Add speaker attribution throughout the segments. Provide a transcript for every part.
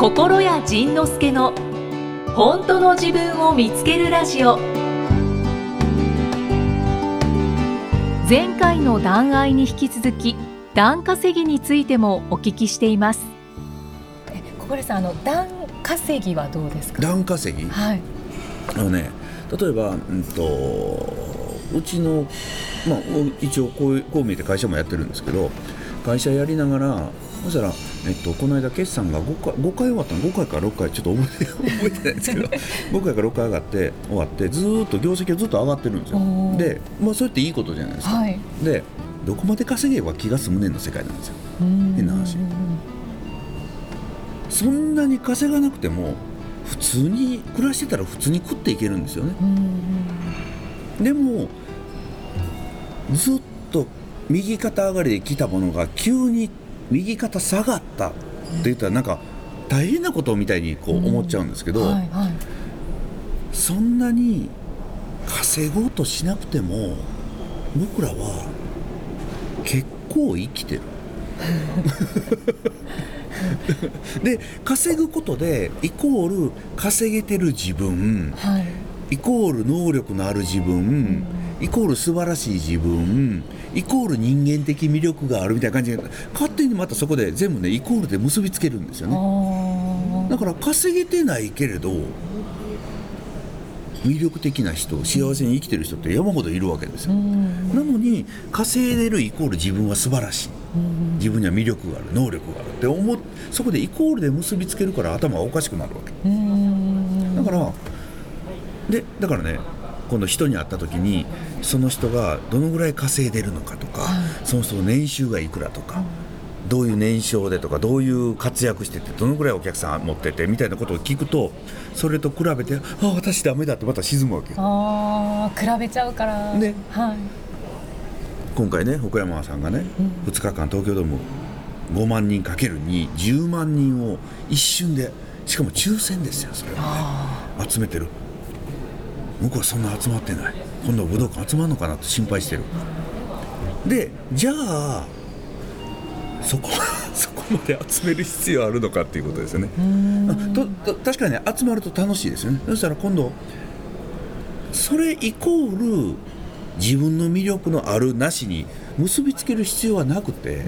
Speaker 1: 心谷仁之助の本当の自分を見つけるラジオ。前回の談愛に引き続き、段稼ぎについてもお聞きしています。心谷さん、段稼ぎはどうですか？
Speaker 2: 段稼ぎ、
Speaker 1: はい、
Speaker 2: 例えば、うちの、一応こう見えて会社もやってるんですけど、会社やりながらそしたら、この間決算が5回終わったの、5回か6回ちょっと覚えてないんですけど5回か6回終わってずっと業績がずっと上がってるんですよ。で、それっていいことじゃないですか、はい、でどこまで稼げば気が済むねんの世界なんですよ。変な話、そんなに稼がなくても普通に暮らしてたら普通に食っていけるんですよね。でもずっと右肩上がりで来たものが急に右肩下がったって言ったらなんか大変なことみたいにこう思っちゃうんですけど、そんなに稼ごうとしなくても僕らは結構生きてるで、稼ぐことでイコール稼げてる自分、イコール能力のある自分、イコール素晴らしい自分、イコール人間的魅力があるみたいな感じで、勝手にまたそこで全部ねイコールで結びつけるんですよね。だから稼げてないけれど魅力的な人、幸せに生きてる人って山ほどいるわけですよ。なのに稼いでるイコール自分は素晴らしい、自分には魅力がある、能力があるってそこでイコールで結びつけるから頭がおかしくなるわけ。だからね、今度人に会った時にその人がどのぐらい稼いでるのかとか、その人の年収がいくらとか、どういう年商でとか、どういう活躍してて、どのぐらいお客さん持っててみたいなことを聞くと、それと比べて私ダメだってまた沈むわけよ。
Speaker 1: 比べちゃうからね、
Speaker 2: 今回ね福山さんがね、2日間東京ドーム5万人かけるに10万人を一瞬で、しかも抽選ですよ、それはね、集めてる。僕はそんな集まってない、今度は武道館集まるのかなって心配してる。で、じゃあそこまで集める必要あるのかっていうことですよね。確かにね、集まると楽しいですよね。そしたら今度それイコール自分の魅力のあるなしに結びつける必要はなくて、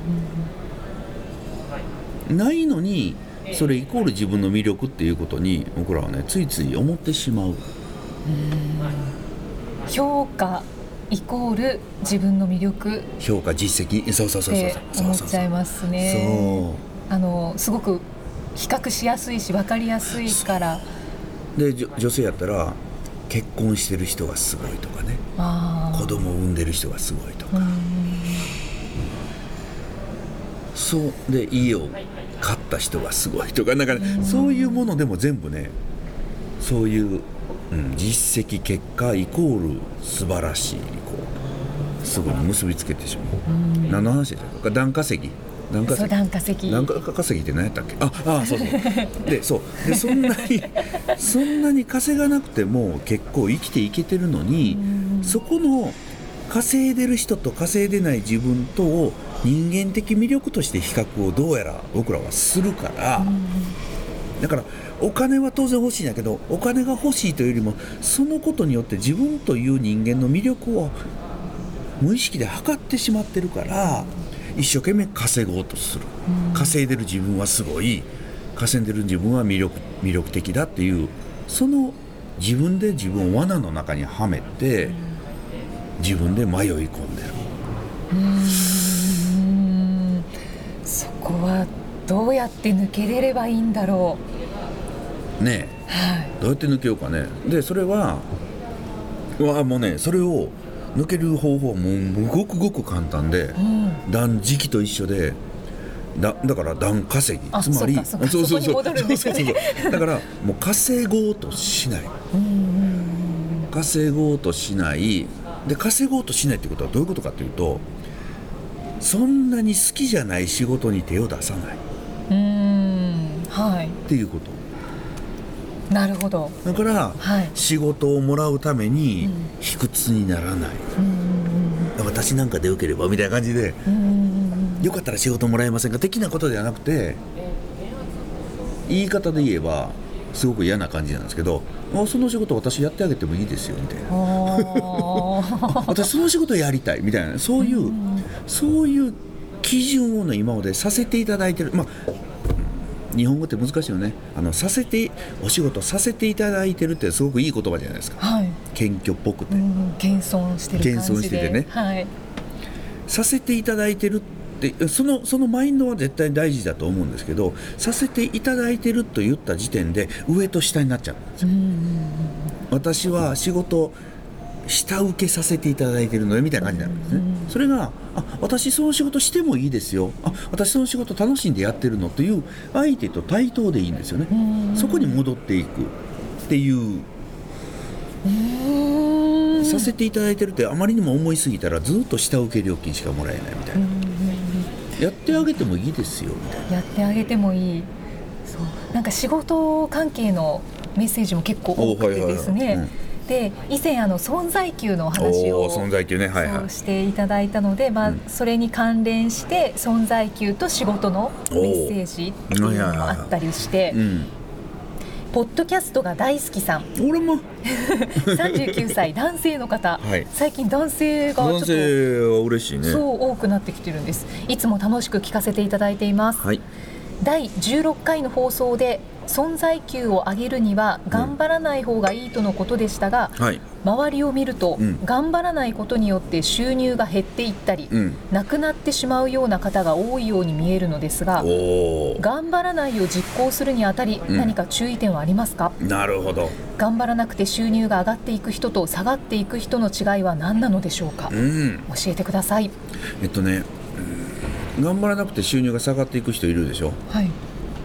Speaker 2: ないのにそれイコール自分の魅力っていうことに僕らはねついつい思ってしまう。
Speaker 1: 評価イコール自分の魅力、
Speaker 2: 評価実績、そう
Speaker 1: 思っちゃいますね。すごく比較しやすいし分かりやすいから。
Speaker 2: で、女性やったら結婚してる人がすごいとかね、子供を産んでる人がすごいとか、そうで家を買った人がすごいとか、なんかね、そういうものでも全部ね、そういう実績結果イコール素晴らしい、こうすぐに結びつけてしまう。何の話でしょうか？段稼ぎって何やったっけ？でそんなに稼がなくても結構生きていけてるのに、そこの稼いでる人と稼いでない自分とを人間的魅力として比較をどうやら僕らはするから、だからお金は当然欲しいんだけど、お金が欲しいというよりもそのことによって自分という人間の魅力を無意識で測ってしまってるから、一生懸命稼ごうとする。稼いでる自分はすごい、稼いでる自分は魅力的だっていう、その自分で自分を罠の中にはめて自分で迷い込んでる。
Speaker 1: そこはどうやって抜けれればいいんだろう
Speaker 2: ねえ、どうやって抜けようかね。でそれはもうね、それを抜ける方法はもうごく簡単で、段時期と一緒で、だから段稼ぎ、つまり
Speaker 1: そこに戻るんですね。
Speaker 2: だからもう稼ごうとしない、稼ごうとしないで、稼ごうとしないってことはどういうことかというと、そんなに好きじゃない仕事に手を出さない、っていうこと。
Speaker 1: なるほど。
Speaker 2: だから、仕事をもらうために卑屈にならない、私なんかでよければみたいな感じで、よかったら仕事もらえませんか的なことではなくて、 言い方で言えばすごく嫌な感じなんですけど、その仕事私やってあげてもいいですよみたいな私その仕事やりたいみたいな、そういう基準をね今までさせていただいてる。日本語って難しいよね。お仕事させていただいてるってすごくいい言葉じゃないですか、はい、謙虚っぽくて、
Speaker 1: 謙遜してる感じで、謙遜しててね、はい、
Speaker 2: させていただいてるってそのマインドは絶対大事だと思うんですけど、させていただいてると言った時点で上と下になっちゃうんですよ。私は仕事下請けさせていただいてるのよみたいな感じになるんですね。それが私その仕事してもいいですよ、私その仕事楽しんでやってるのという相手と対等でいいんですよね。そこに戻っていくっていうさせていただいてるってあまりにも思いすぎたらずっと下請け料金しかもらえないみたいな、やってあげてもいいですよみたいな、
Speaker 1: やってあげてもいい。そうなんか仕事関係のメッセージも結構多くてですね、で以前存在給の話を
Speaker 2: 存在給ね、はいはい、
Speaker 1: そうしていただいたので、それに関連して存在給と仕事のメッセージっていうのもあったりして、ポッドキャストが大好きさん
Speaker 2: 俺も
Speaker 1: 39歳男性の方、はい、最近男性がちょっと
Speaker 2: 男性は嬉しいね。
Speaker 1: そう多くなってきてるんです。いつも楽しく聞かせていただいています、はい、第16回の放送で存在給を上げるには頑張らない方がいいとのことでしたが、はい、周りを見ると、頑張らないことによって収入が減っていったり、なくなってしまうような方が多いように見えるのですが、頑張らないを実行するにあたり、何か注意点はありますか？
Speaker 2: なるほど。
Speaker 1: 頑張らなくて収入が上がっていく人と下がっていく人の違いは何なのでしょうか？教えてください。
Speaker 2: 頑張らなくて収入が下がっていく人いるでしょ。はい。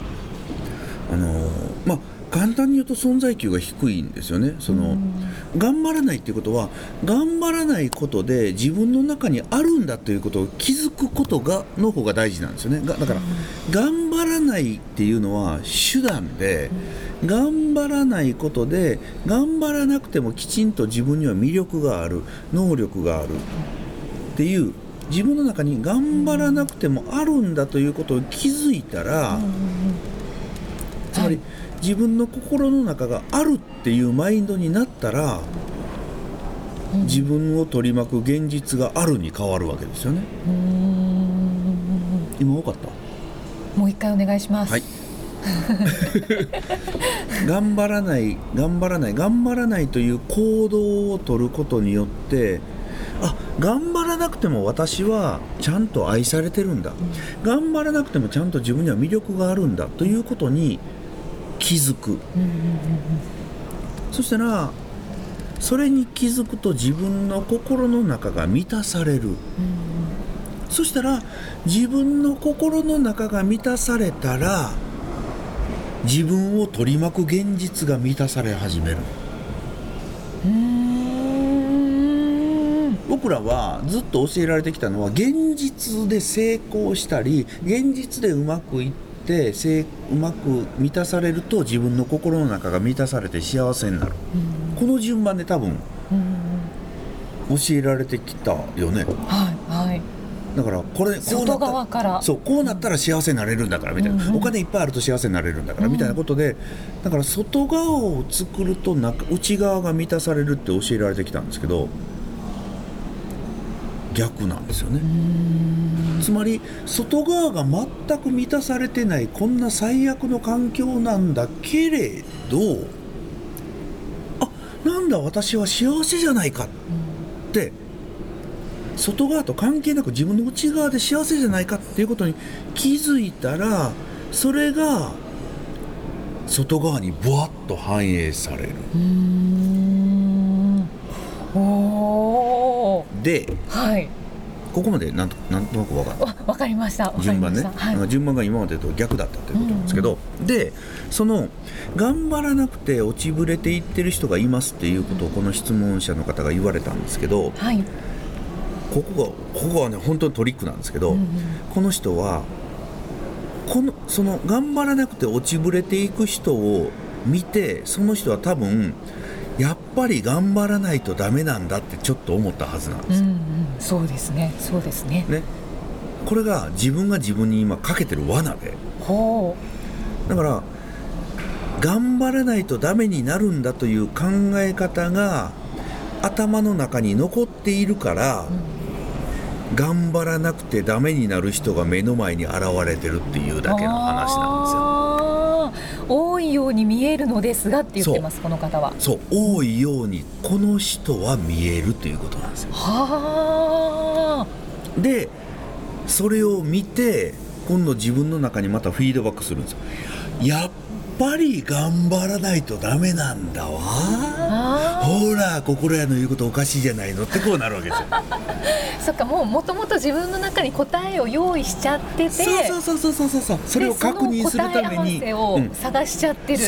Speaker 2: 簡単に言うと存在給が低いんですよね。頑張らないっていうことは、頑張らないことで自分の中にあるんだということを気づくことの方が大事なんですよね。だから頑張らないっていうのは手段で、頑張らないことで頑張らなくてもきちんと自分には魅力がある、能力があるっていう、自分の中に頑張らなくてもあるんだということを気づいたら、つまり自分の心の中があるっていうマインドになったら、自分を取り巻く現実があるに変わるわけですよね。今分かった？
Speaker 1: もう一回お願いします。はい
Speaker 2: 頑張らないという行動を取ることによって、頑張らなくても私はちゃんと愛されてるんだ、頑張らなくてもちゃんと自分には魅力があるんだということに気づく、そしたらそれに気づくと自分の心の中が満たされる、そしたら自分の心の中が満たされたら自分を取り巻く現実が満たされ始める。僕らはずっと教えられてきたのは、現実で成功したり現実でうまくいってうまく満たされると自分の心の中が満たされて幸せになる、この順番で多分教えられてきたよね。はいはい。だから
Speaker 1: 外側から
Speaker 2: こうなったら幸せになれるんだからみたいな、お金いっぱいあると幸せになれるんだからみたいなことで、だから外側を作ると内側が満たされるって教えられてきたんですけど、逆なんですよね。つまり外側が全く満たされてない、こんな最悪の環境なんだけれど、なんだ私は幸せじゃないかって外側と関係なく自分の内側で幸せじゃないかっていうことに気づいたら、それが外側にブワッと反映される。で、はい、ここまでなんとなく
Speaker 1: 分かりました。
Speaker 2: 順番ね、はい、順番が今までと逆だったということなんですけど、で頑張らなくて落ちぶれていってる人がいますっていうことをこの質問者の方が言われたんですけど、はい、ここはね本当にトリックなんですけど、この人はその頑張らなくて落ちぶれていく人を見て、その人は多分やっぱり頑張らないとダメなんだってちょっと思ったはずなんです、
Speaker 1: そうですね。
Speaker 2: これが自分が自分に今かけてる罠で、だから頑張らないとダメになるんだという考え方が頭の中に残っているから、頑張らなくてダメになる人が目の前に現れてるっていうだけの話なんですよ。
Speaker 1: 多いように見えるのですがって言ってます、この方は。
Speaker 2: そう、多いようにこの人は見えるということなんですよ。でそれを見て今度自分の中にまたフィードバックするんですよ。やっぱり頑張らないとダメなんだわ、ほら心屋の言うことおかしいじゃないのってこうなるわけですよ。
Speaker 1: そっか、もともと自分の中に答えを用意しちゃってて、
Speaker 2: そうそれを確認するために
Speaker 1: 答え合わせを探しちゃってる、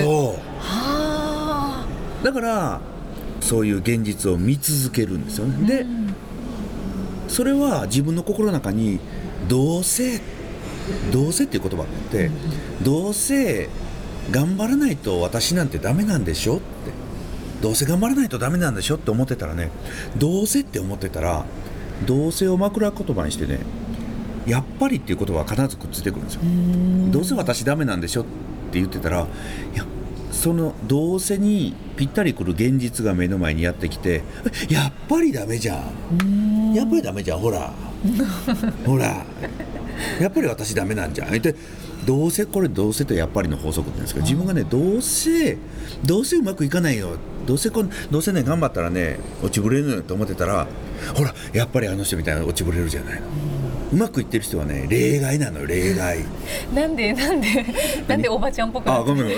Speaker 2: そうだからそういう現実を見続けるんですよね。でそれは自分の心の中にどうせっていう言葉があって、どうせ頑張らないと私なんてダメなんでしょって、どうせ頑張らないとダメなんでしょって思ってたらね、どうせって思ってたらどうせを枕言葉にしてね、やっぱりっていう言葉は必ずくっついてくるんですよ。どうせ私ダメなんでしょって言ってたら、いやそのどうせにぴったりくる現実が目の前にやってきて、やっぱりダメじゃん、やっぱりダメじゃん、ほらほらやっぱり私ダメなんじゃんって、どうせとやっぱりの法則って言うんですけど、自分がねどうせうまくいかないよ、どうせね頑張ったらね落ちぶれるのよと思ってたら、ほらやっぱりあの人みたいな落ちぶれるじゃないの。うまくいってる人はね例外なのよ、例外。
Speaker 1: なんでおばちゃんっぽくなってる。
Speaker 2: ごめん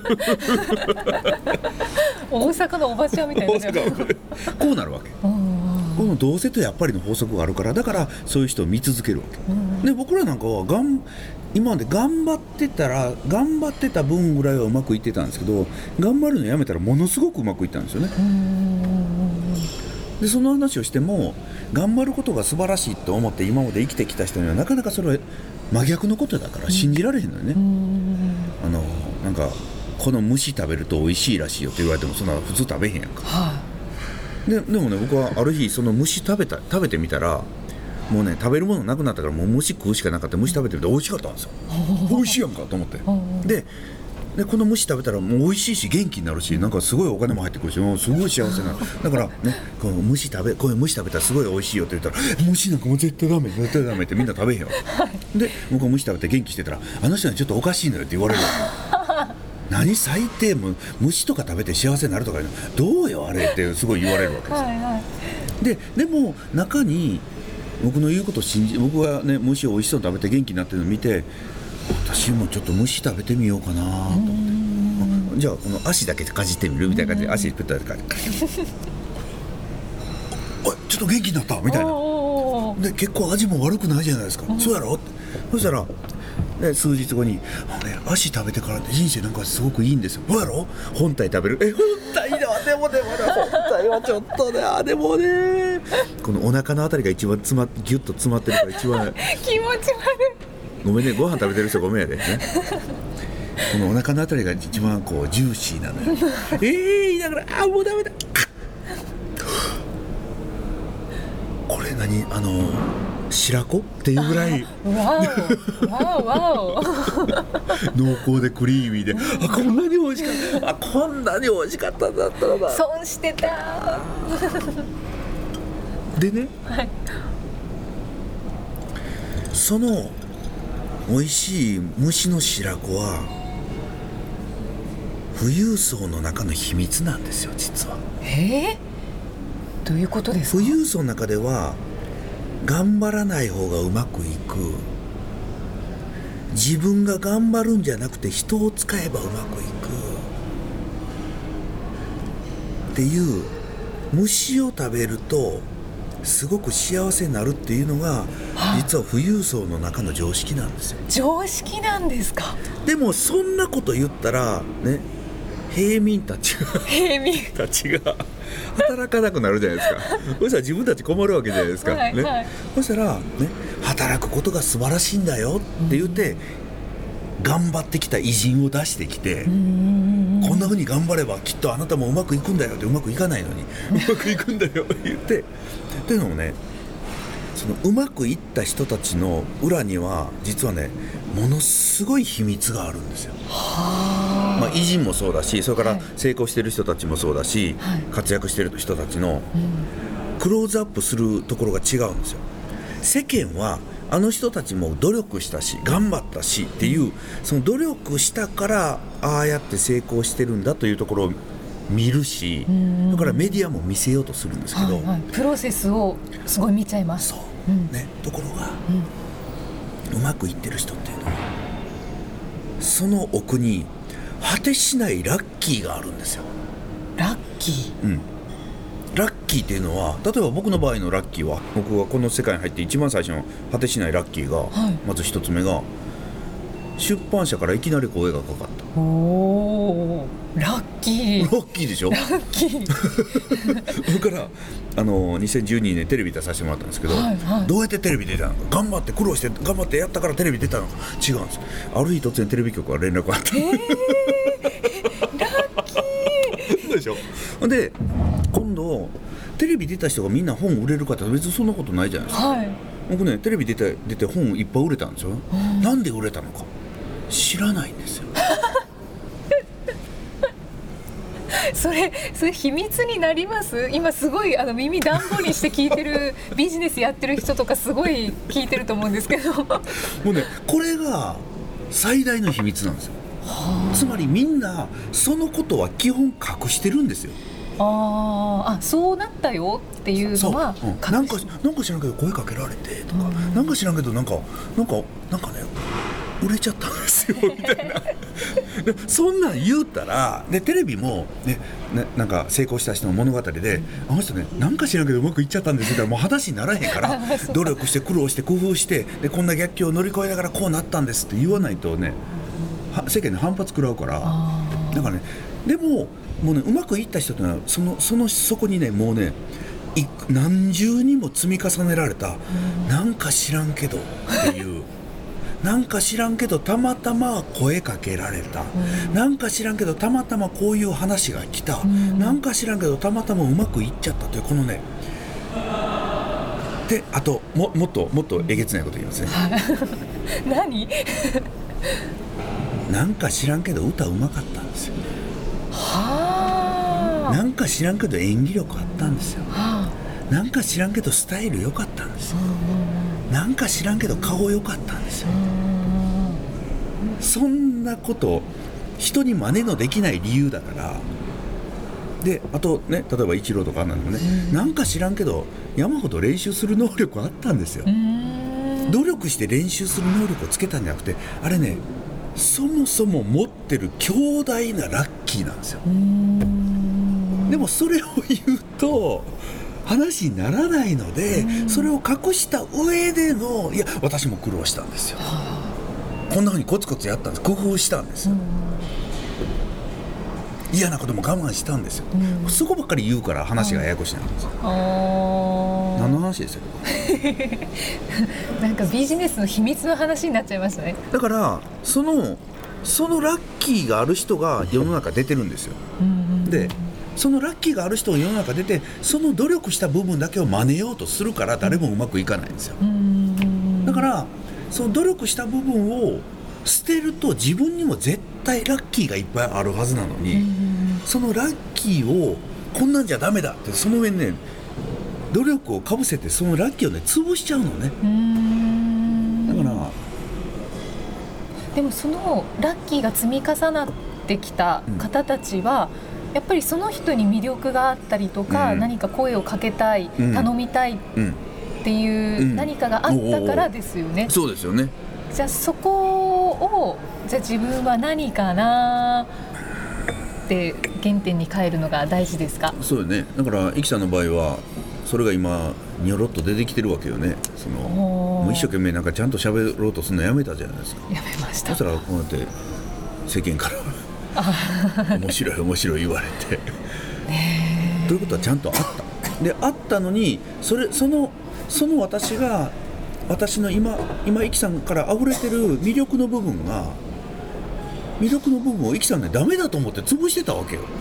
Speaker 1: 大阪のおばちゃんみたいなこ
Speaker 2: うなるわけ。このどうせとやっぱりの法則があるから、だからそういう人を見続けるわけ、で僕らなんかは今まで頑張ってた分ぐらいはうまくいってたんですけど、頑張るのやめたらものすごくうまくいったんですよね。でその話をしても、頑張ることが素晴らしいと思って今まで生きてきた人にはなかなかそれは真逆のことだから信じられへんのよね。なんかこの虫食べると美味しいらしいよって言われてもそんな普通食べへんやんか、でもね、僕はある日その虫食べてみたら、もうね食べるものなくなったからもう虫食うしかなかった。虫食べてみたら美味しかったんですよ。美味しいやんかと思って、でこの虫食べたらもう美味しいし元気になるし、なんかすごいお金も入ってくるし、もうすごい幸せなだからね、こういう虫食べたらすごい美味しいよって言ったら、虫なんかもう絶対ダメってみんな食べへんよで僕は虫食べて元気してたら、あの人にちょっとおかしいのよって言われるわけ何最低虫とか食べて幸せになるとかどうよあれってすごい言われるわけですよ。でも中に僕の言うことを僕がね虫を美味しそうに食べて元気になってるのを見て、私もちょっと虫食べてみようかなと思って、じゃあこの足だけかじってみるみたいな感じで足ペッタリかじってちょっと元気になったみたいなで、結構味も悪くないじゃないですか、そうやろって。そしたら数日後に足食べてからって人生なんかすごくいいんですよ。どうやろ本体食べる本体ではでもね本体はちょっとねでもねこのお腹のあたりが一番ギュッと詰まってるから一番
Speaker 1: 気持ち悪い。
Speaker 2: ごめんね、ご飯食べてる人ごめんやでねこのお腹のあたりが一番こうジューシーなのよ言いながらもうダメだこれ何白子っていうぐらい
Speaker 1: わお
Speaker 2: 濃厚でクリーミーでこんなに美味しかったこんなに美味しかったんだったらな
Speaker 1: 損してた
Speaker 2: でね、その美味しい虫の白子は富裕層の中の秘密なんですよ、実は。
Speaker 1: どういうことですか？
Speaker 2: 富裕層の中では頑張らない方がうまくいく、自分が頑張るんじゃなくて人を使えばうまくいくっていう、虫を食べるとすごく幸せになるっていうのが実は富裕層の中の常識なんですよ。
Speaker 1: 常識なんですか？
Speaker 2: でもそんなこと言ったらね、平民たちが働かなくなるじゃないですかそしたら自分たち困るわけじゃないですか、そしたらね、働くことが素晴らしいんだよって言って、頑張ってきた偉人を出してきて、こんな風に頑張ればきっとあなたもうまくいくんだよって、うまくいかないのにうまくいくんだよって言ってっていうのもね、そのうまくいった人たちの裏には実はね、ものすごい秘密があるんですよ。 偉人もそうだし、それから成功してる人たちもそうだし、活躍してる人たちのクローズアップするところが違うんですよ。世間はあの人たちも努力したし頑張ったしっていう、その努力したからああやって成功してるんだというところを見るし、だからメディアも見せようとするんですけど、
Speaker 1: プロセスをすごい見ちゃいます。
Speaker 2: そうね、ところが、うまくいってる人っていうのはその奥に果てしないラッキーがあるんですよ。
Speaker 1: ラッキー、
Speaker 2: ラッキーっていうのは、例えば僕の場合のラッキーは、僕がこの世界に入って一番最初の果てしないラッキーが、まず一つ目が出版社からいきなり声がかかった。
Speaker 1: おー、ラッキー。
Speaker 2: ラッキーでしょ。ラッキーそれから2012年テレビ出させてもらったんですけど、どうやってテレビ出たのか、頑張って苦労して頑張ってやったからテレビ出たのか、違うんです。ある日突然テレビ局から連絡があった、ラッキーそうでしょ。で今度テレビ出た人がみんな本売れるかって別にそんなことないじゃないですか、僕ねテレビ出て本いっぱい売れたんですよ、なんで売れたのか知らないんですよ
Speaker 1: それ秘密になります？今すごい耳暖房にして聞いてるビジネスやってる人とかすごい聞いてると思うんですけども
Speaker 2: うね、これが最大の秘密なんですよ。つまりみんなそのことは基本隠してるんですよ。
Speaker 1: そうなったよっていうのは
Speaker 2: なんか知らんけど声かけられてとか、なんか知らんけどなんかね売れちゃったんですよみたいなそんなん言うたらで、テレビも、なんか成功した人の物語で、あの人ねなんか知らんけどうまくいっちゃったんですみたいな、もう話にならへんから努力して苦労して工夫してでこんな逆境を乗り越えながらこうなったんですって言わないとね、世間で反発食らうから。だからね、でもうね、うまくいった人ってのはそこにね、もうね何重にも積み重ねられた、なんか知らんけどっていうなんか知らんけどたまたま声かけられた、なんか知らんけどたまたまこういう話が来た、なんか知らんけどたまたまうまくいっちゃったというこのね。であともっとえげつないこと言いますね
Speaker 1: 何
Speaker 2: なんか知らんけど歌うまかったんですよ。なんか知らんけど演技力あったんですよ。なんか知らんけどスタイル良かったんですよ。なんか知らんけど顔良かったんですよ。そんなこと人に真似のできない理由だから。であとね、例えばイチローとかなんでもね、なんか知らんけど山ほど練習する能力あったんですよ。努力して練習する能力をつけたんじゃなくて、あれね、そもそも持ってる強大なラッキーなんですよ。でもそれを言うと話にならないので、それを隠した上での、いや私も苦労したんですよ、こんな風にコツコツやったんです、工夫したんですよ、嫌なことも我慢したんですよ、そこばっかり言うから話がややこしなんですよ。何の話でしたっけ
Speaker 1: なんかビジネスの秘密の話になっちゃいましたね。
Speaker 2: だからそのラッキーがある人が世の中出てるんですよ、でそのラッキーがある人が世の中出て、その努力した部分だけを真似ようとするから誰もうまくいかないんですよ。だからその努力した部分を捨てると自分にも絶対ラッキーがいっぱいあるはずなのに、そのラッキーをこんなんじゃダメだってその上にね努力をかぶせてそのラッキーをね潰しちゃうのね。だから
Speaker 1: でもそのラッキーが積み重なってきた方たちは、やっぱりその人に魅力があったりとか、何か声をかけたい、頼みたいっていう何かがあったからですよね。
Speaker 2: そうですよね。
Speaker 1: じゃあそこをじゃあ自分は何かなって原点に帰るのが大事ですか？
Speaker 2: そうよね。だからイキさんの場合はそれが今にょろっと出てきてるわけよね。もう一生懸命なんかちゃんと喋ろうとするのやめたじゃないですか。
Speaker 1: やめました。
Speaker 2: そしたらこうやって世間から面白い言われてということはちゃんとあったで、あったのにその私の今イキさんから溢れてる魅力の部分をイキさんねダメだと思って潰してたわけよ。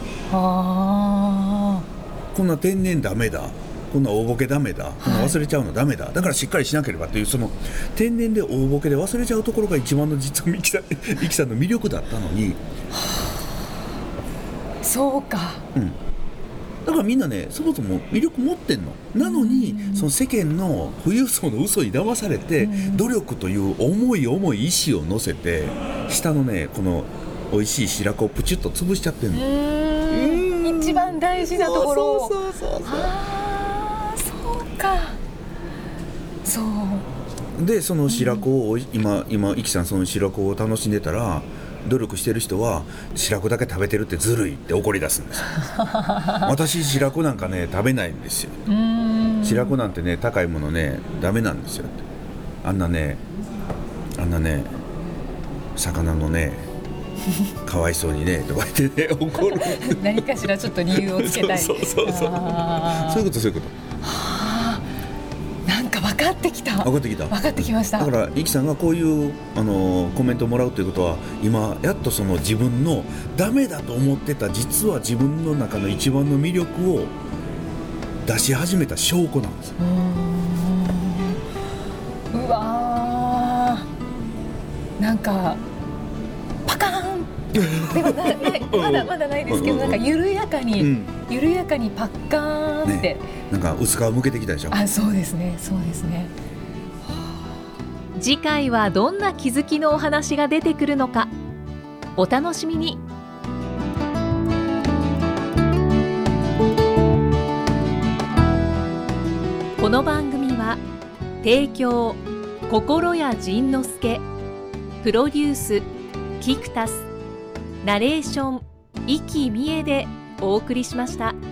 Speaker 2: こんな天然ダメだ、こんな大ボケダメだ、こんな忘れちゃうのダメだ、だからしっかりしなければという、その天然で大ボケで忘れちゃうところが一番の実はイキさんの魅力だったのに、
Speaker 1: そうか、
Speaker 2: だからみんなねそもそも魅力持ってんの。なのに、その世間の富裕層の嘘に騙されて、努力という重い意志を乗せて下のねこの美味しい白子をプチュッと潰しちゃってんの。
Speaker 1: 一番大事なところを。
Speaker 2: そう
Speaker 1: そうか。そう
Speaker 2: でその白子を今イキさんその白子を楽しんでたら、努力してる人は白子だけ食べてるってずるいって怒り出すんですよ私白子なんかね食べないんですよ。白子なんてね高いものねダメなんですよって。あんなね魚のねかわいそうにねとか言ってね怒る
Speaker 1: 何かしらちょっと理由をつけたい。
Speaker 2: そういうこと。
Speaker 1: なんか分かってきました。
Speaker 2: だからイキさんがこういうコメントをもらうということは、今やっとその自分のダメだと思ってた実は自分の中の一番の魅力を出し始めた証拠なんですよ。
Speaker 1: うわー、なんかパカーンではまだないですけど、なんか緩やかにパッカーンって、
Speaker 2: なんか薄皮むけてきたでしょ。
Speaker 1: そうですね。次回はどんな気づきのお話が出てくるのか、お楽しみに。この番組は提供心谷仁之助、プロデュースキクタス、ナレーション生きみえでお送りしました。